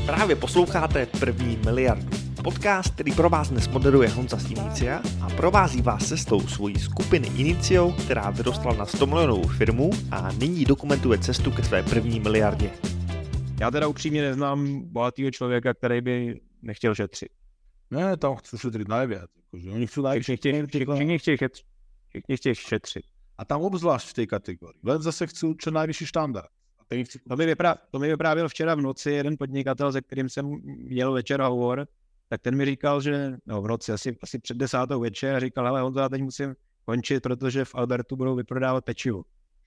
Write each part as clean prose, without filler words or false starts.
Právě posloucháte První miliardu. Podcast, který pro vás dnes moderuje Honza z Inicia a provází vás cestou svojí skupiny Inicio, která vyrostla na 100 milionovou firmu a nyní dokumentuje cestu ke své první miliardě. Já teda upřímně neznám bohatýho člověka, který by nechtěl šetřit. Ne, tam chci šetřit najviac. Akože oni chcú najviac. Všichni chtějí šetřit. A tam obzvlášť v tej kategórii. Len zase chcú čo najvyšší štandard. To mi vyprávěl včera v noci jeden podnikatel, se kterým jsem měl večer hovor, tak ten mi říkal, že v noci asi před 10. večer říkal, hele Honzo, já teď musím končit, protože v Albertu budou vyprodávat pečivo.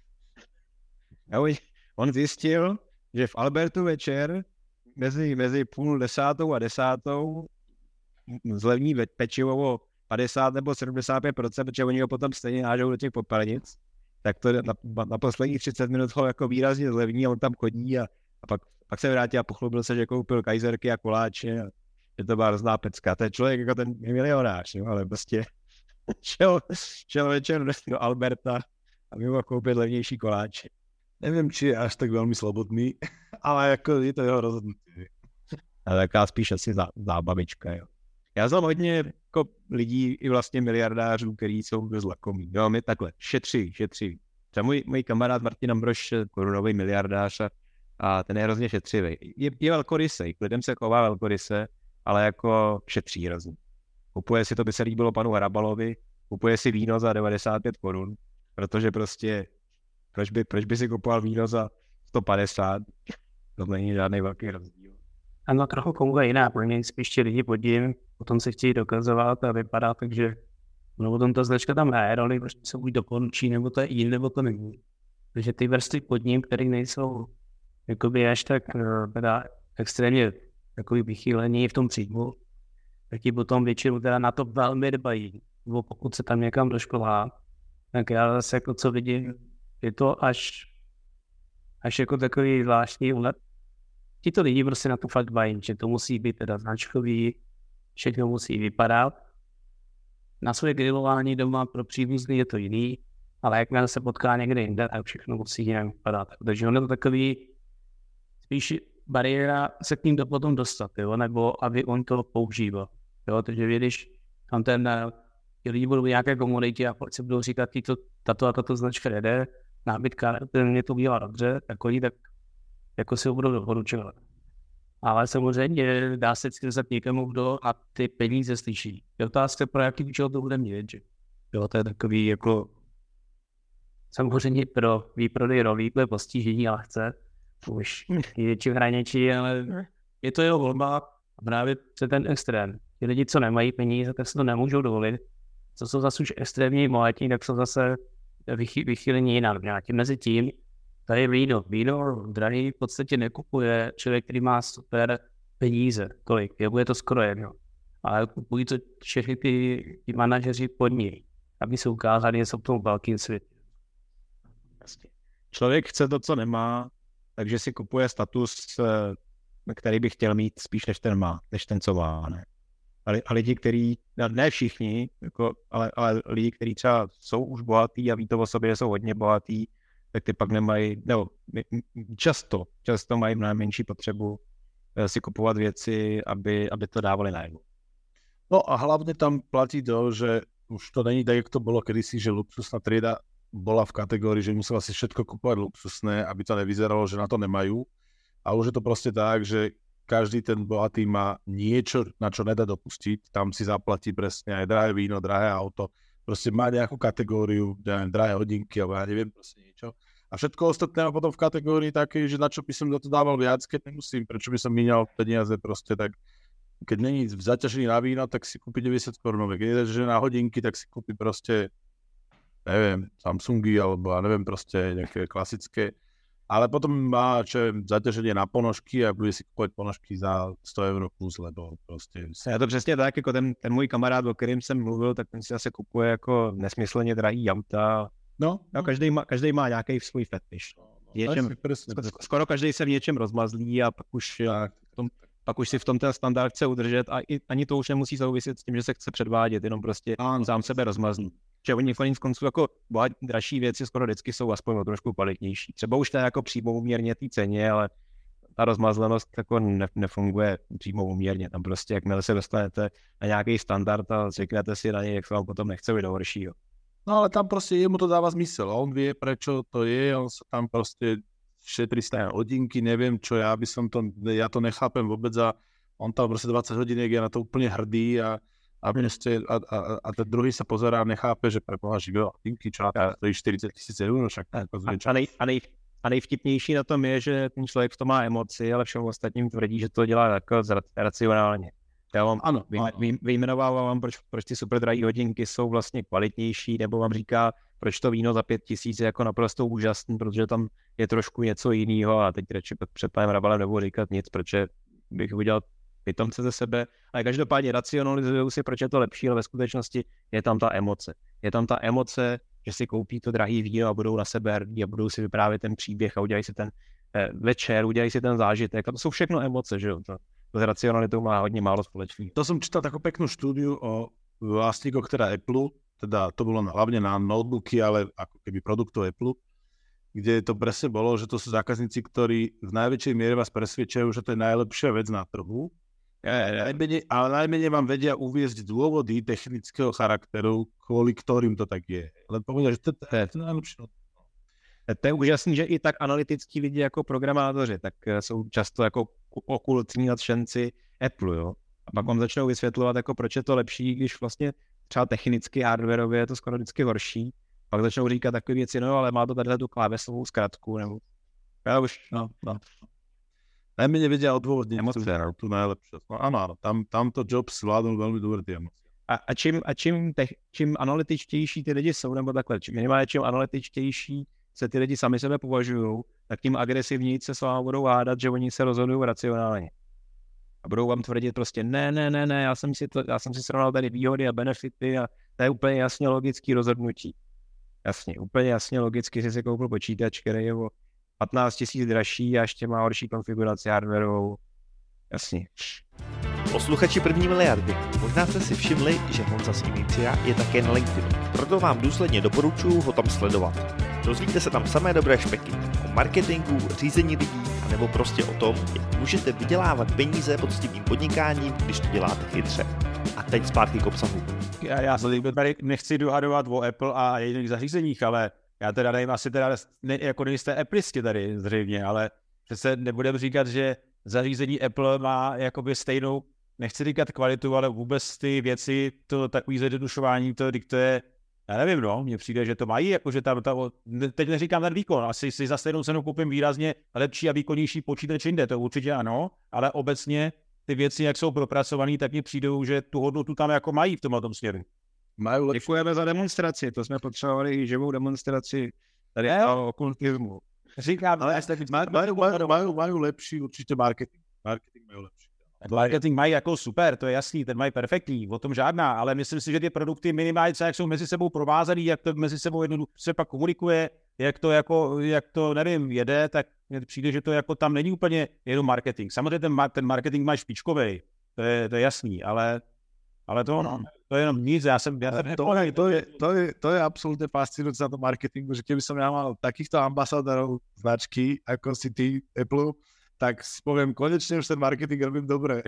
A on zjistil, že v Albertu večer mezi půl 10. a 10. zlevní pečivo o 50 nebo 75%, protože oni ho potom stejně hážou do těch popelnic, tak to na posledních 30 minut ho jako výrazně zlevní a on tam chodí a pak se vrátil a pochlubil se, že koupil kajzerky a koláče a že to byla hrozná pecka. To je člověk jako ten milionář, jo, ale prostě šel večer do Alberta a mohl koupit levnější koláče. Neviem, či je až tak veľmi slobodný, ale jako je to jeho rozhodnutí. Ale taká spíš asi zábavička, jo. Já znám hodně jako lidí i vlastně miliardářů, kteří jsou dost lakomí. Jo, my takhle, šetří. Třeba můj kamarád Martin Ambrož, korunový miliardář a ten je hrozně šetřivý. Je velkorysej, k lidem se chová velkoryse, ale jako šetří hrozně. Kupuje si, to by se líbilo panu Harabalovi, kupuje si víno za 95 korun, protože prostě proč by si kupoval víno za 150? To není žádný velký rozdíl. Ano, trochu funguje jiná, pro mě spíš ti lidi podím, potom se chtějí dokazovat a vypadá, takže potom ta značka tam hraje roli, prostě se buď doporučí, nebo to je jiný, nebo to není. Takže ty vrstvy pod ním, které nejsou jakoby až tak teda extrémně takový vychýlení v tom příjmu, tak ti potom většinou teda na to velmi dbají. Nebo pokud se tam někam doškolá, tak já zase jako co vidím, je to až jako takový zvláštní úlet. Tito lidi prostě na to fakt dbají, že to musí být teda značkový, všechno musí vypadat. Na své grilování doma pro příbuzný je to jiný, ale jakmile se potká někde jinde, tak všechno musí jinak vypadat. Takže on je to takový spíš bariéra se k ním potom dostat, jo? Nebo aby on to používal. Jo? Takže když tam ti lidi budou v nějaké komunitě a pak se budou říkat, tato značka jede, nábytka, ten mě to udělá dobře, tak oni tak jako si ho budou doporučovat. Ale samozřejmě dá se skrzat někomu, kdo a ty peníze slyší. Je otázka, pro jaký účel to bude mít, že? Jo, to je takový jako samozřejmě pro výprodej rolí, to je postižení, ale chce už větší hraničí, ale je to jeho volba a právě se ten extrém. Ti lidi, co nemají peníze, tak se to nemůžou dovolit. Co jsou zase už extrémně bohatí, tak jsou zase vychylení jinak. Nějakým mezi tím, tady je víno drahý v podstatě nekupuje člověk, který má super peníze, kolik, je to skoro jedno. Ale kupují to všechny ty manažeři pod ní, aby se ukázali, že jsou v tom velkým světě. Člověk chce to, co nemá, takže si kupuje status, který by chtěl mít spíš než ten, co má. Ne? A lidi, kteří, ne všichni, jako, ale lidi, kteří třeba jsou už bohatý a ví to o sobě, že jsou hodně bohatý, tak ty pak nemají, nebo často mají najmenší potřebu si kupovat věci, aby to dávali najevo. No a hlavne tam platí to, že už to není tak, jak to bolo kedysi, že luxusná trieda bola v kategórii, že musela si všetko kupovať luxusné, aby to nevyzeralo, že na to nemajú. A už je to proste tak, že každý ten bohatý má niečo, na čo nedá dopustiť. Tam si zaplatí presne aj drahé víno, drahé auto. Proste má nejakú kategóriu, drahé hodinky, alebo ja neviem, proste niečo. A všetko ostatné potom v kategórii také, že na čo by som za to dával viac, keď nemusím, prečo by som míňal peniaze proste tak. Keď není zaťažený na víno, tak si kúpi 90 korunové. Keď je na hodinky, tak si kúpi proste, neviem, Samsungy, alebo ja neviem, proste nejaké klasické. Ale potom má zaťaženie na ponožky a bude si kúpať ponožky za 100 € plus, lebo prostě... Je to přesně tak, jako ten můj kamarád, o kterým jsem mluvil, tak ten si zase kupuje jako nesmyslně drahý auta. No, každý má nějaký svůj fetiš. Skoro každý se v něčem rozmazlí a pak už si v tom ten standard chce udržet a ani to už nemusí souviset s tím, že se chce předvádět, jenom prostě sám sebe rozmazlí. Že oni konec konců jako dražší věci skoro vždycky jsou aspoň o trošku kvalitnější. Třeba už to je jako přímo uměrně té ceně, ale ta rozmazlenost jako nefunguje přímo uměrně. Tam prostě, jakmile se dostanete na nějaký standard a zvyknete si na něj, jak se vám potom nechce být do horšího. No ale tam prostě jemu to dáva zmysel. On vie, prečo to je, on sa tam prostě šetrí z hodinky, neviem čo, ja to nechápem vôbec a on tam prostě 20 hodinek je na to úplne hrdý a ten druhý sa pozerá a nechápe, že preboha živého hodinky, čo na to stojí 40 000 eur, však a nejvtipnější na tom je, že ten člověk v tom má emoci, ale všem ostatním tvrdí, že to dělá jako racionálně. Já vám vyjmenovávám vám, proč ty super drahé hodinky jsou vlastně kvalitnější, nebo vám říká, proč to víno za 5 000 je jako naprosto úžasný, protože tam je trošku něco jiného a teď radši před panem Rabalem nebudu říkat nic, proč bych udělal pitomce ze sebe, ale každopádně racionalizují si, proč je to lepší, ale ve skutečnosti je tam ta emoce. Je tam ta emoce, že si koupí to drahý víno a budou na sebe hrdí a budou si vyprávět ten příběh a udělají si ten večer, udělají si ten zážitek a to jsou všechno emoce, že jo. To s racionalitou má hodně málo společného. To som čítal takú peknú štúdiu o vlastníkoch teda Apple, teda to bolo hlavne na notebooky, ale ako keby produktov Apple, kde to presne bolo, že to sú zákazníci, ktorí v najväčšej miere vás presvedčajú, že to je najlepšia vec na trhu. Ale najmenej vám vedia uviesť dôvody technického charakteru, kvôli ktorým to tak je. Len povedia, že to je najlepšie. To je úžasný, že i tak analytický lidi jako programátoři, tak jsou často jako okultní nadšenci Apple, jo. A pak vám začnou vysvětlovat, jako proč je to lepší, když vlastně třeba technicky, hardwareově je to skoro vždycky horší. Pak začnou říkat takové věci, no ale má to tady tu klávesovou zkratku, nebo... Já už, no. Najmenej vedia odôvodniť tú najlepšiu. No áno, tam to Jobs zvládol veľmi dobre tie emócie. A čím analytičtější ty lidi jsou, nebo takhle, minimálně čím analytičtější se ty lidi sami sebe považují, tak tím agresivněji se s vámi budou hádat, že oni se rozhodují racionálně. A budou vám tvrdit prostě ne, já jsem si srovnal tady výhody a benefity a to je úplně jasně logický rozhodnutí. Jasně, úplně jasně logicky si koupil počítač, který je o 15 000 dražší a ještě má horší konfiguraci hardwareovou. Jasně. Posluchači první miliardy, možná jste si všimli, že Honza z Inicia je také na LinkedInu. Proto vám důsledně doporučuji ho tam sledovat. Dozvíte se tam samé dobré špeky o marketingu, řízení lidí, anebo prostě o tom, jak můžete vydělávat peníze poctivým podnikáním, když to děláte chytře. A teď zpátky k obsahu. Já se tady nechci dohadovat o Apple a jejich zařízeních, ale já teda nevím, asi teda jako nejste Appleisti tady zřejmě, ale přece nebudeme říkat, že zařízení Apple má jakoby stejnou, nechci říkat kvalitu, ale vůbec ty věci, to takový zjednodušování, to diktuje, já nevím, no, mně přijde, že to mají, jakože tam, teď neříkám ten výkon, asi si za stejnou cenu koupím výrazně lepší a výkonnější počítač jinde, to určitě ano, ale obecně ty věci, jak jsou propracované, tak mi přijdou, že tu hodnotu tam jako mají v tomhle směru. Děkujeme za demonstraci, to jsme potřebovali i živou demonstraci tady o okultismu. Říkám, ale majú lepší určitě marketing. Marketing majú lepší. Marketing mají jako super, to je jasný, ten mají perfektní, o tom žádná, ale myslím si, že ty produkty minimálně, jak jsou mezi sebou provázaný, jak to mezi sebou jednoduše se pak komunikuje, jak to nevím, jede, tak mně přijde, že to jako tam není úplně jenom marketing. Samozřejmě ten marketing má špičkovej, to je jasný, ale to je jenom nic, to je absolútne fascinujúce na tom marketingu, že keby som ja mal takýchto ambasádorov značky, ako si ty Apple, tak si poviem, konečne už ten marketing robím dobre.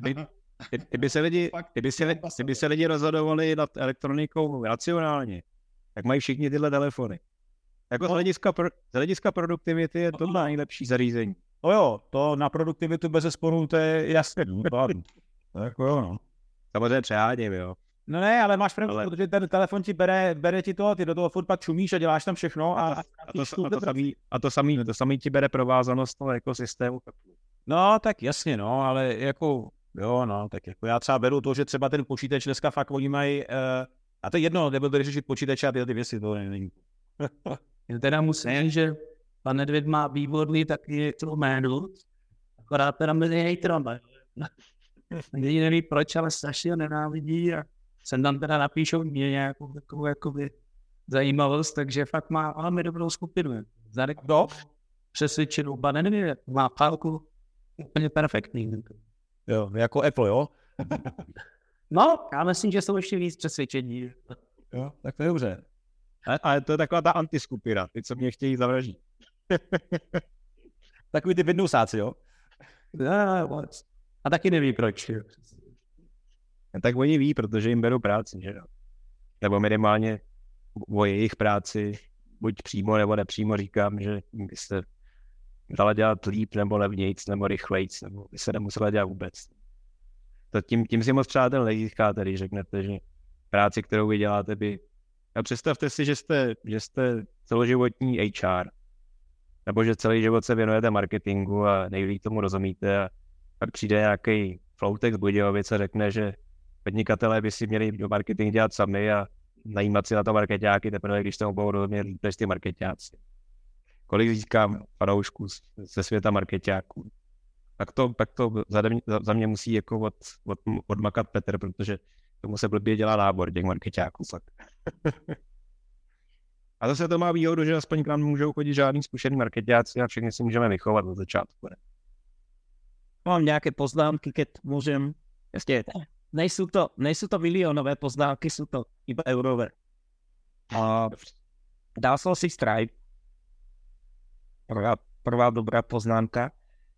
Kdyby se lidi rozhodovali nad elektronikou racionálně, tak mají všichni tyhle telefony. Jako z hlediska produktivity je to nejlepší zařízení. No jo, to na produktivitu bez zesporu, to je jasné. Jako jo, no. Samozřejmě přeháním, jo. No ne, ale máš pravdu, protože ten telefon ti bere ti to, ty do toho furt pak čumíš a děláš tam všechno. A to samý ti bere provázanost toho ekosystému. No, tak jasně, no, ale jako, jo, no, tak jako já třeba beru to, že třeba ten počítač dneska fakt oni mají, a to je jedno, nebudu vyřešit počítače a ty věci, to není. Teda musím, že pan Nedvěd má výborný taky jméno, akorát teda mezi hejtrama. Lidi neví proč, ale strašně nenávidí a sem tam teda napíšou mě nějakou takovou jakoby zajímavost, takže fakt má velmi dobrou skupinu. Zadek přesvědčenou, pan Nedvěd má pálku úplně perfektní. Jo, jako Apple, jo? No, já myslím, že jsou ještě víc přesvědčení. Jo, tak to je dobře. Ale to je taková ta antiskupina, ty, co mě chtějí zavraždit. Takový ty vidnusáci, jo? A taky neví proč. Tak oni ví, protože jim berou práci, že jo. Nebo minimálně o jejich práci, buď přímo nebo nepřímo říkám, že by se dala dělat líp nebo levnějc nebo rychlejc, nebo by se nemusela dělat vůbec. To tím si moc přátel nezískáte, když řeknete, že práci, kterou vy děláte, a představte si, že jste celoživotní HR, nebo že celý život se věnujete marketingu a nejlíp tomu rozumíte a pak přijde nějaký floutek z Budějovic a řekne, že podnikatelé by si měli marketing dělat sami a najímat si na to markeťáky teprve, když tomu budou rozumět líp než ty markeťáci. Kolik získám fanoušků ze světa markeťáků? Tak to za mě musí jako odmakat Petr, protože tomu se blbě dělá nábor těch markeťáků. A zase to má výhodu, že aspoň k nám můžou chodit žádný zkušený markeťáci a všechny si můžeme vychovat od začátku. Ne? Mám nějaké poznámky, keď můžem. Jasně, nejsou to milionové poznámky, jsou to iba eurové. Dal som si Stripe. Prvá dobrá poznámka.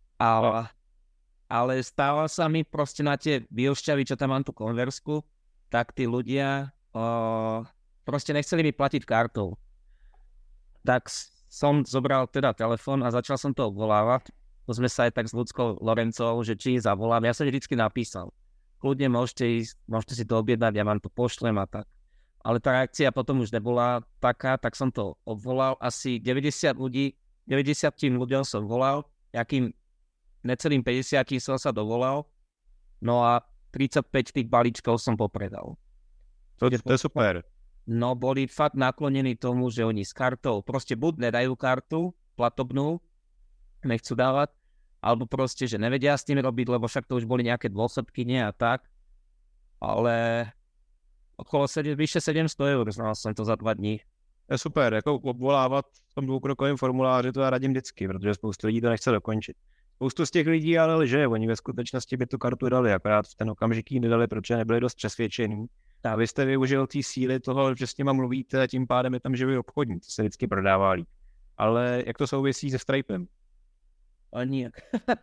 Ale stáva sa mi proste na tie vyhošťavy, čo tam mám tú konverzku, tak tí ľudia proste nechceli mi platiť kartou. Tak som zobral teda telefon a začal som to obvolávať. To sme sa aj tak s Ľudskou Lorencovou, že či zavolám. Ja som vždycky napísal. Kľudne môžete si to objednať, ja vám to pošlem a tak. Ale tá reakcia potom už nebola taká, tak som to obvolal. Asi 90 ľuďom som volal, nejakým necelým 50 som sa dovolal, no a 35 tých balíčkov som popredal. To je super. No boli fakt naklonení tomu, že oni s kartou, proste buď nedajú kartu platobnú, nechcú dávať, alebo proste, že nevedia s tým robiť, lebo však to už boli nejaké dôsledky, nie a tak. Ale okolo vyše 700 eur znal som to za 2 dní. Je super, jako obvolávat v tom dvoukrokovém formuláři, to já radím vždycky, protože spoustu lidí to nechce dokončit. Spoustu z těch lidí ale lže, oni ve skutečnosti by tu kartu dali, akorát v ten okamžik ji nedali, protože nebyli dost přesvědčení. A vy jste využil té síly toho, že s nima mluvíte a tím pádem je tam živý obchodní, to se vždycky prodává líp. Ale jak to souvisí se Stripem? A nijak.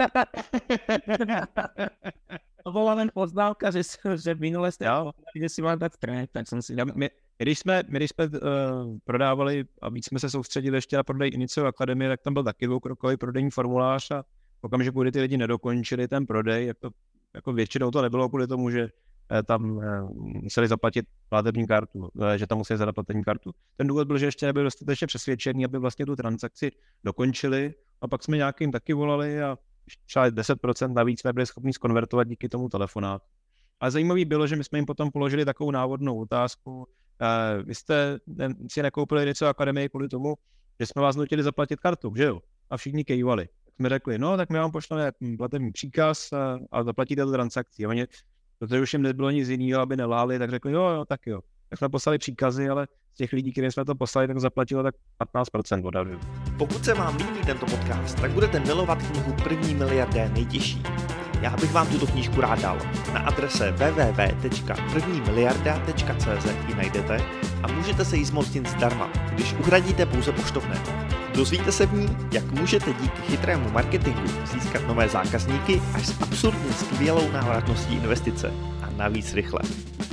To bola len poznámka, že minule ste že si mám dať Stripe, tak som si... Když jsme prodávali a víc jsme se soustředili ještě na prodej Inicio Akademie, tak tam byl taky dvoukrokový prodejní formulář a v okamžiku, kdy ty lidi nedokončili ten prodej, jako většinou to nebylo kvůli tomu, že tam museli zaplatit platební kartu, že tam museli zadat platební kartu. Ten důvod byl, že ještě nebyl dostatečně přesvědčený, aby vlastně tu transakci dokončili a pak jsme nějakým taky volali a třeba 10% navíc jsme byli schopni skonvertovat díky tomu telefonátu. Ale zajímavé bylo, že my jsme jim potom položili takovou návodnou otázku. Vy jste si nekoupili něco Akademii kvůli tomu, že jsme vás nutili zaplatit kartu, že jo? A všichni kejvali. Tak jsme řekli, no tak my vám pošleme platební příkaz a zaplatíte tu transakci. A oni, protože už jim nebylo nic jiného, aby nelhali, tak řekli, jo, tak jo. Tak jsme poslali příkazy, ale z těch lidí, kterým jsme to poslali, tak zaplatilo tak 15% odhadu. Pokud se vám líbí tento podcast, tak budete milovat knihu První miliardér nejtěžší. Já bych vám tuto knížku rád dal. Na adrese www.prvnimiliarda.cz ji najdete a můžete se jí zmocnit zdarma, když uhradíte pouze poštovné. Dozvíte se v ní, jak můžete díky chytrému marketingu získat nové zákazníky až s absurdně skvělou návratností investice a navíc rychle.